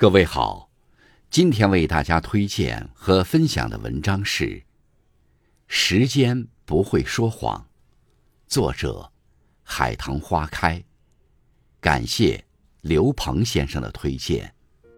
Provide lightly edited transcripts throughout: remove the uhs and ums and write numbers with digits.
各位好，今天为大家推荐和分享的文章是《时间不会说谎》，作者海棠花开。感谢刘鹏先生的推荐。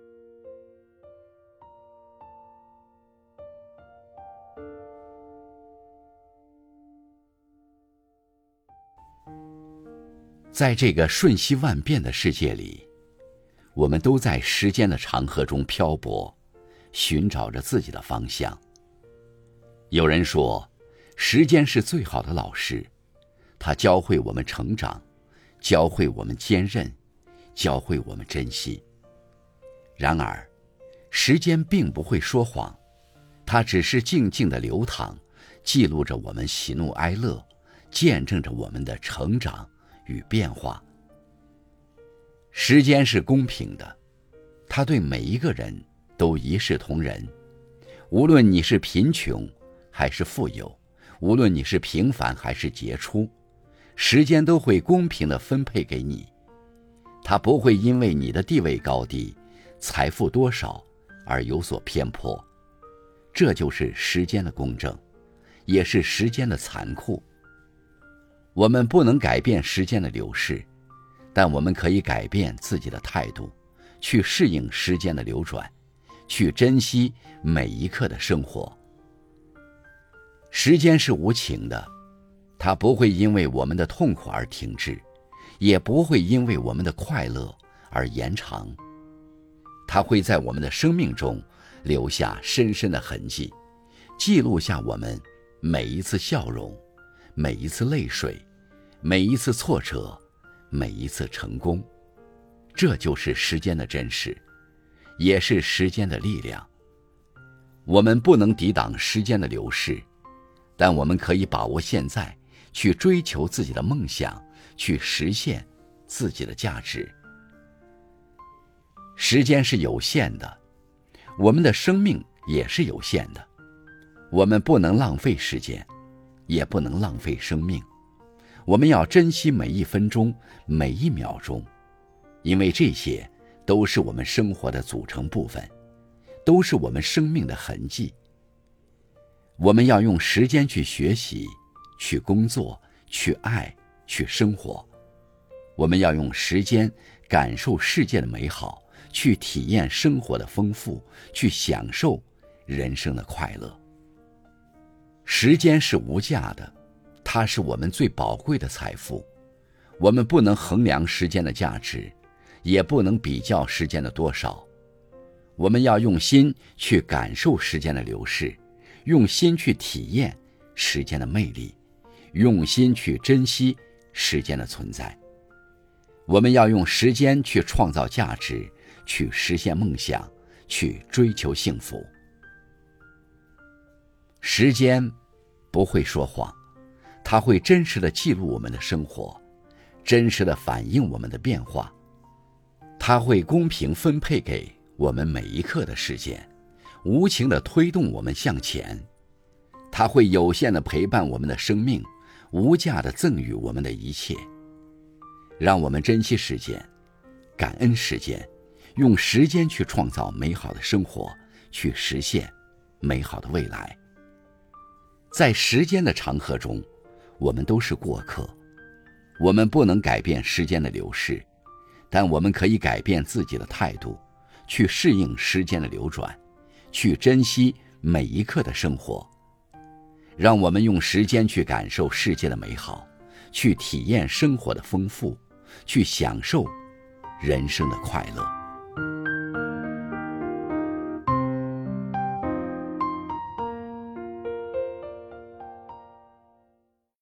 在这个瞬息万变的世界里，我们都在时间的长河中漂泊，寻找着自己的方向。有人说，时间是最好的老师，它教会我们成长，教会我们坚韧，教会我们珍惜。然而，时间并不会说谎，它只是静静地流淌，记录着我们喜怒哀乐，见证着我们的成长与变化。时间是公平的，它对每一个人都一视同仁，无论你是贫穷还是富有，无论你是平凡还是杰出，时间都会公平地分配给你。它不会因为你的地位高低、财富多少而有所偏颇。这就是时间的公正，也是时间的残酷。我们不能改变时间的流逝，但我们可以改变自己的态度，去适应时间的流转，去珍惜每一刻的生活。时间是无情的，它不会因为我们的痛苦而停滞，也不会因为我们的快乐而延长。它会在我们的生命中留下深深的痕迹，记录下我们每一次笑容，每一次泪水，每一次挫折，每一次成功。这就是时间的真实，也是时间的力量。我们不能抵挡时间的流逝，但我们可以把握现在，去追求自己的梦想，去实现自己的价值。时间是有限的，我们的生命也是有限的。我们不能浪费时间，也不能浪费生命。我们要珍惜每一分钟，每一秒钟，因为这些都是我们生活的组成部分，都是我们生命的痕迹。我们要用时间去学习，去工作，去爱，去生活。我们要用时间感受世界的美好，去体验生活的丰富，去享受人生的快乐。时间是无价的，它是我们最宝贵的财富。我们不能衡量时间的价值，也不能比较时间的多少。我们要用心去感受时间的流逝，用心去体验时间的魅力，用心去珍惜时间的存在。我们要用时间去创造价值，去实现梦想，去追求幸福。时间不会说谎，它会真实地记录我们的生活，真实地反映我们的变化。它会公平分配给我们每一刻的时间，无情地推动我们向前。它会有限地陪伴我们的生命，无价地赠予我们的一切。让我们珍惜时间，感恩时间，用时间去创造美好的生活，去实现美好的未来。在时间的长河中，我们都是过客。我们不能改变时间的流逝，但我们可以改变自己的态度，去适应时间的流转，去珍惜每一刻的生活。让我们用时间去感受世界的美好，去体验生活的丰富，去享受人生的快乐。